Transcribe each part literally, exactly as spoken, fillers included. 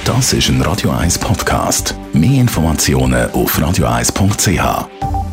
Das ist ein Radio eins Podcast. Mehr Informationen auf radio eins punkt c h.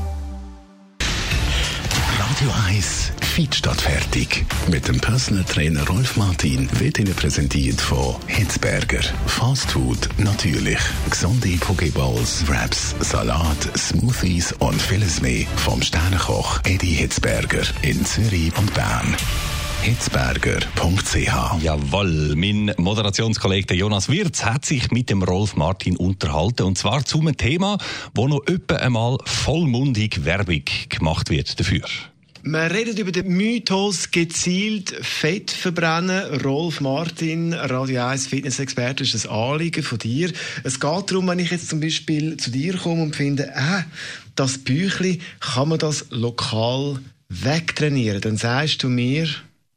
Radio eins Fit statt fertig. Mit dem Personal Trainer Rolf Martin wird Ihnen präsentiert von Hitzberger. Fast Food natürlich. Gesunde Pokeballs, Wraps, Salat, Smoothies und vieles mehr vom Sternenkoch Edi Hitzberger in Zürich und Bern. hitzberger punkt c h. Jawohl, mein Moderationskollege Jonas Wirz hat sich mit dem Rolf Martin unterhalten. Und zwar zu einem Thema, wo noch etwa einmal vollmundig Werbung gemacht wird dafür. Wir reden über den Mythos gezielt Fett verbrennen. Rolf Martin, Radio eins Fitness-Experte, ist ein Anliegen von dir. Es geht darum, wenn ich jetzt zum Beispiel zu dir komme und finde, äh, das Büchli, kann man das lokal wegtrainieren? Dann sagst du mir...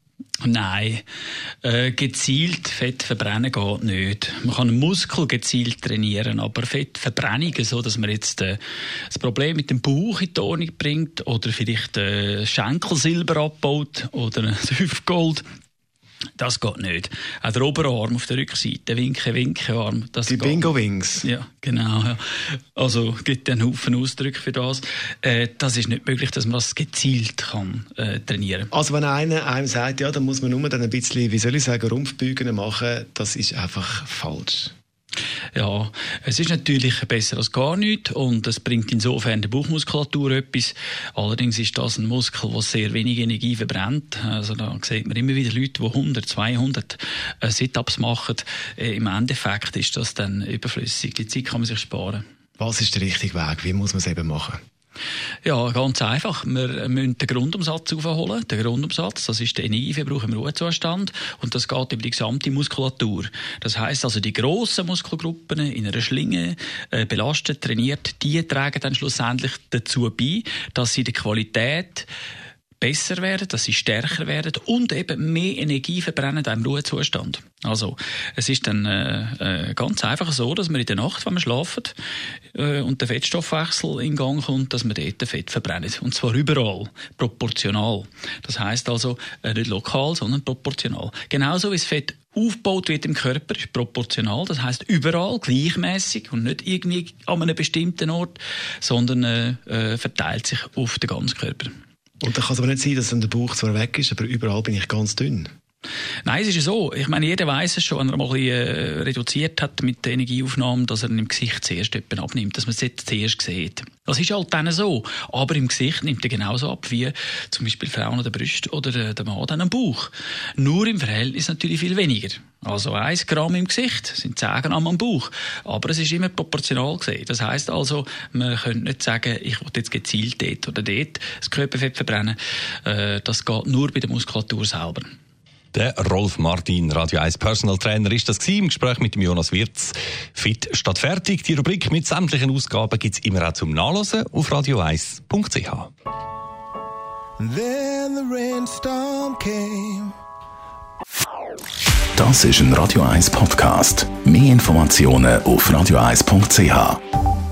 Nein, äh, gezielt Fett verbrennen geht nicht. Man kann einen Muskel gezielt trainieren, aber Fettverbrennungen, so dass man jetzt äh, das Problem mit dem Bauch in die Ordnung bringt oder vielleicht äh, Schenkelsilber abbaut oder ein Hüftgold, das geht nicht. Auch der Oberarm auf der Rückseite, Winke, Winke-Arm. Das Die Bingo-Wings. Ja, genau. Ja. Also gibt es einen Haufen Ausdrücke für das. Äh, das ist nicht möglich, dass man das gezielt kann, äh, trainieren kann. Also wenn einer einem sagt, ja, dann muss man nur dann ein bisschen, wie soll ich sagen, Rumpfbeugen machen, das ist einfach falsch. Ja, es ist natürlich besser als gar nichts und es bringt insofern der Bauchmuskulatur etwas. Allerdings ist das ein Muskel, der sehr wenig Energie verbrennt. Also da sieht man immer wieder Leute, die hundert, zweihundert äh, Sit-Ups machen. Äh, Im Endeffekt ist das dann überflüssig. Die Zeit kann man sich sparen. Was ist der richtige Weg? Wie muss man es eben machen? Ja, ganz einfach. Wir müssen den Grundumsatz aufholen. Der Grundumsatz, das ist der Energieverbrauch im Ruhezustand und das geht über die gesamte Muskulatur. Das heisst also, die grossen Muskelgruppen in einer Schlinge äh, belastet, trainiert, die tragen dann schlussendlich dazu bei, dass sie die Qualität besser werden, dass sie stärker werden und eben mehr Energie verbrennen im Ruhezustand. Also, es ist dann äh, äh, ganz einfach so, dass man in der Nacht, wenn man schläft äh, und der Fettstoffwechsel in Gang kommt, dass man dort Fett verbrennt. Und zwar überall, proportional. Das heisst also äh, nicht lokal, sondern proportional. Genauso wie das Fett aufgebaut wird im Körper, ist proportional. Das heisst überall gleichmäßig und nicht irgendwie an einem bestimmten Ort, sondern äh, äh, verteilt sich auf den ganzen Körper. Und dann kann es aber nicht sein, dass dann der Bauch zwar weg ist, aber überall bin ich ganz dünn. Nein, es ist ja so. Ich meine, jeder weiss es schon, wenn er mal ein bisschen äh, reduziert hat mit der Energieaufnahme, dass er im Gesicht zuerst jemanden abnimmt, dass man es jetzt zuerst sieht. Das ist halt dann so. Aber im Gesicht nimmt er genauso ab wie zum Beispiel Frauen an der Brust oder äh, der Mann an am Bauch. Nur im Verhältnis natürlich viel weniger. Also ein Gramm im Gesicht sind zehn Gramm am Bauch. Aber es ist immer proportional gesehen. Das heisst also, man könnte nicht sagen, ich will jetzt gezielt dort oder dort das Körperfett verbrennen. Äh, das geht nur bei der Muskulatur selber. Der Rolf Martin, Radio eins Personal Trainer, ist das gewesen, im Gespräch mit dem Jonas Wirz. Fit statt fertig. Die Rubrik mit sämtlichen Ausgaben gibt es immer auch zum Nachlesen auf radio eins punkt c h. Das ist ein Radio eins Podcast. Mehr Informationen auf radio eins punkt c h.